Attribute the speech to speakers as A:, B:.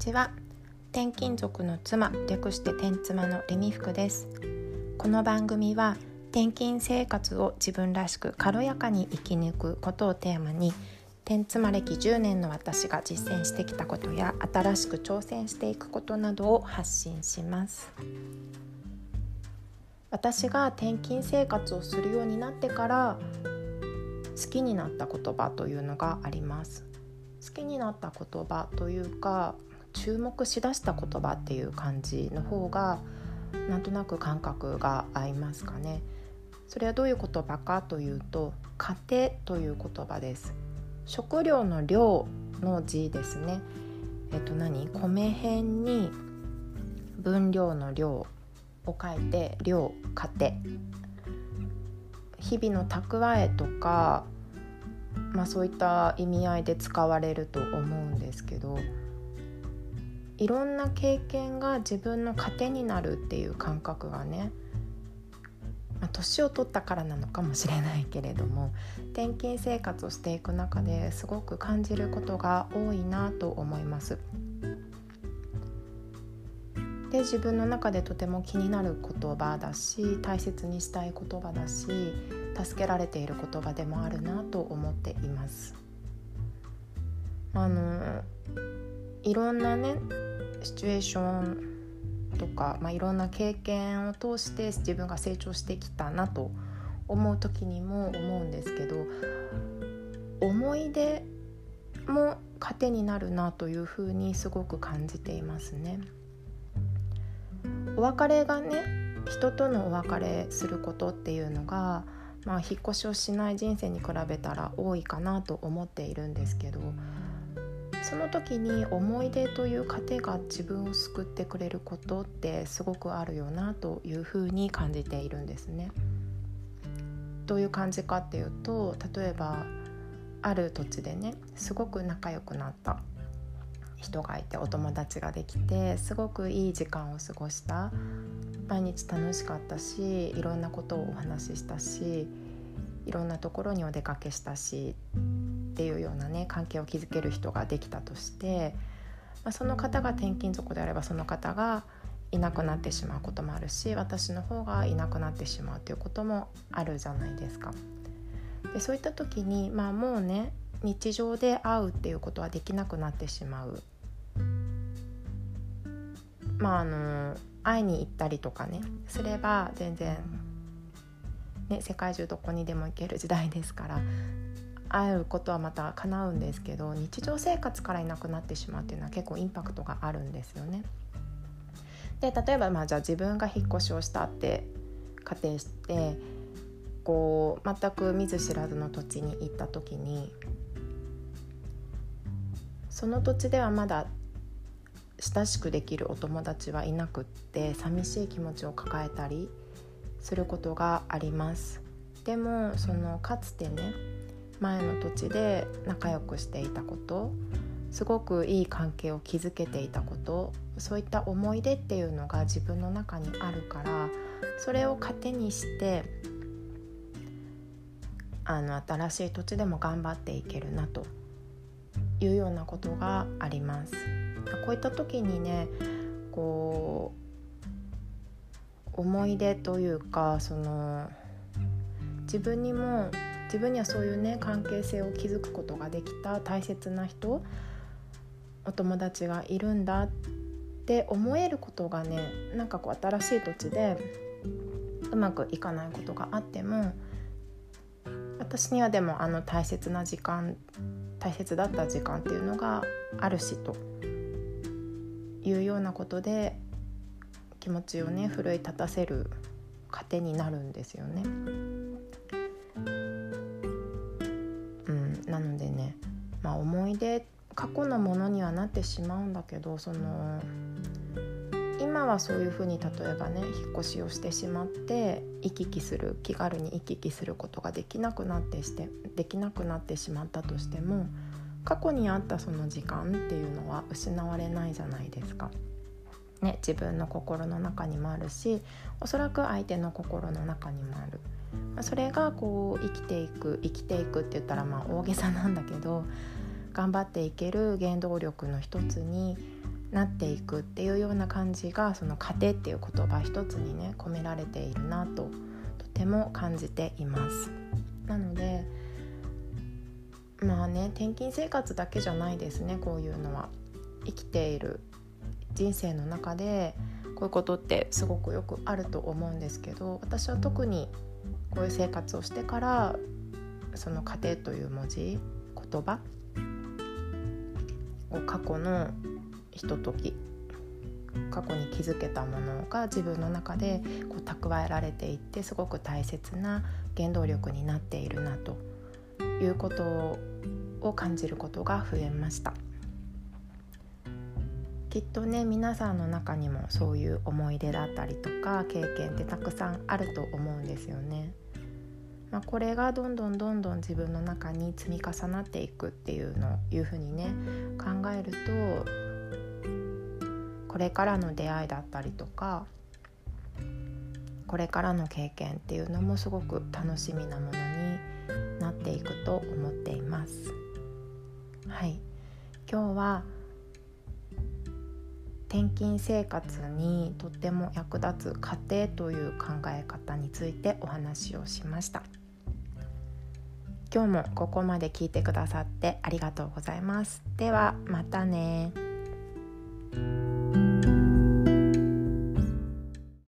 A: ちは。転勤族の妻、略して転妻のレミフクです。この番組は転勤生活を自分らしく軽やかに生き抜くことをテーマに、転妻歴10年の私が実践してきたことや新しく挑戦していくことなどを発信します。私が転勤生活をするようになってから好きになった言葉というのがあります。好きになった言葉というか、注目しだした言葉っていう感じの方がなんとなく感覚が合いますかね。それはどういう言葉かというと、糧という言葉です。食料の量の字ですね。米辺に分量の量を書いて量、糧。日々の蓄えとか、そういった意味合いで使われると思うんですけど、いろんな経験が自分の糧になるっていう感覚がね、年を取ったからなのかもしれないけれども、転勤生活をしていく中ですごく感じることが多いなと思います。で、自分の中でとても気になる言葉だし、大切にしたい言葉だし、助けられている言葉でもあるなと思っています。いろんなねシチュエーションとか、いろんな経験を通して自分が成長してきたなと思う時にも思うんですけど、思い出も糧になるなというふうにすごく感じていますね。お別れがね、人とのお別れすることっていうのが、引っ越しをしない人生に比べたら多いかなと思っているんですけど、その時に思い出という糧が自分を救ってくれることってすごくあるよなというふうに感じているんですね。どういう感じかっていうと、例えばある土地でね、すごく仲良くなった人がいて、お友達ができて、すごくいい時間を過ごした、毎日楽しかったし、いろんなことをお話ししたし、いろんなところにお出かけしたしっていうようなね、関係を築ける人ができたとして、その方が転勤族であればその方がいなくなってしまうこともあるし、私の方がいなくなってしまうということもあるじゃないですか。で、そういった時に、もうね、日常で会うっていうことはできなくなってしまう。会いに行ったりとかねすれば全然ね、世界中どこにでも行ける時代ですから、会うことはまた叶うんですけど、日常生活からいなくなってしまうっていうのは結構インパクトがあるんですよね。で、例えばじゃあ自分が引っ越しをしたって仮定して、全く見ず知らずの土地に行った時に、その土地ではまだ親しくできるお友達はいなくって、寂しい気持ちを抱えたりすることがあります。でもかつてね、前の土地で仲良くしていたこと、すごくいい関係を築けていたこと、そういった思い出っていうのが自分の中にあるから、それを糧にして新しい土地でも頑張っていけるなというようなことがあります。こういった時にね、思い出というか、自分にはそういうね、関係性を築くことができた大切な人、お友達がいるんだって思えることがね、新しい土地でうまくいかないことがあっても、私にはでも大切だった時間っていうのがあるしというようなことで、気持ちをね奮い立たせる糧になるんですよね。なのでね、思い出、過去のものにはなってしまうんだけど、今はそういうふうに、例えばね、引っ越しをしてしまって気軽に行き来することができなくなってしまったとしても、過去にあったその時間っていうのは失われないじゃないですか。ね、自分の心の中にもあるし、おそらく相手の心の中にもある。それが生きていくって言ったら大げさなんだけど、頑張っていける原動力の一つになっていくっていうような感じが、その家庭っていう言葉一つにね込められているなととても感じています。なのでまあね、転勤生活だけじゃないですね。こういうのは生きている人生の中でこういうことってすごくよくあると思うんですけど、私は特にこういう生活をしてからその家庭という文字、言葉を過去のひととき、過去に気づけたものが自分の中でこう蓄えられていって、すごく大切な原動力になっているなということを感じることが増えました。きっとね、皆さんの中にもそういう思い出だったりとか経験ってたくさんあると思うんですよね。これがどんどん自分の中に積み重なっていくっていうふうにね考えると、これからの出会いだったりとかこれからの経験っていうのもすごく楽しみなものになっていくと思っています。はい、今日は転勤生活にとっても役立つ家庭という考え方についてお話をしました。今日もここまで聞いてくださってありがとうございます。ではまたね。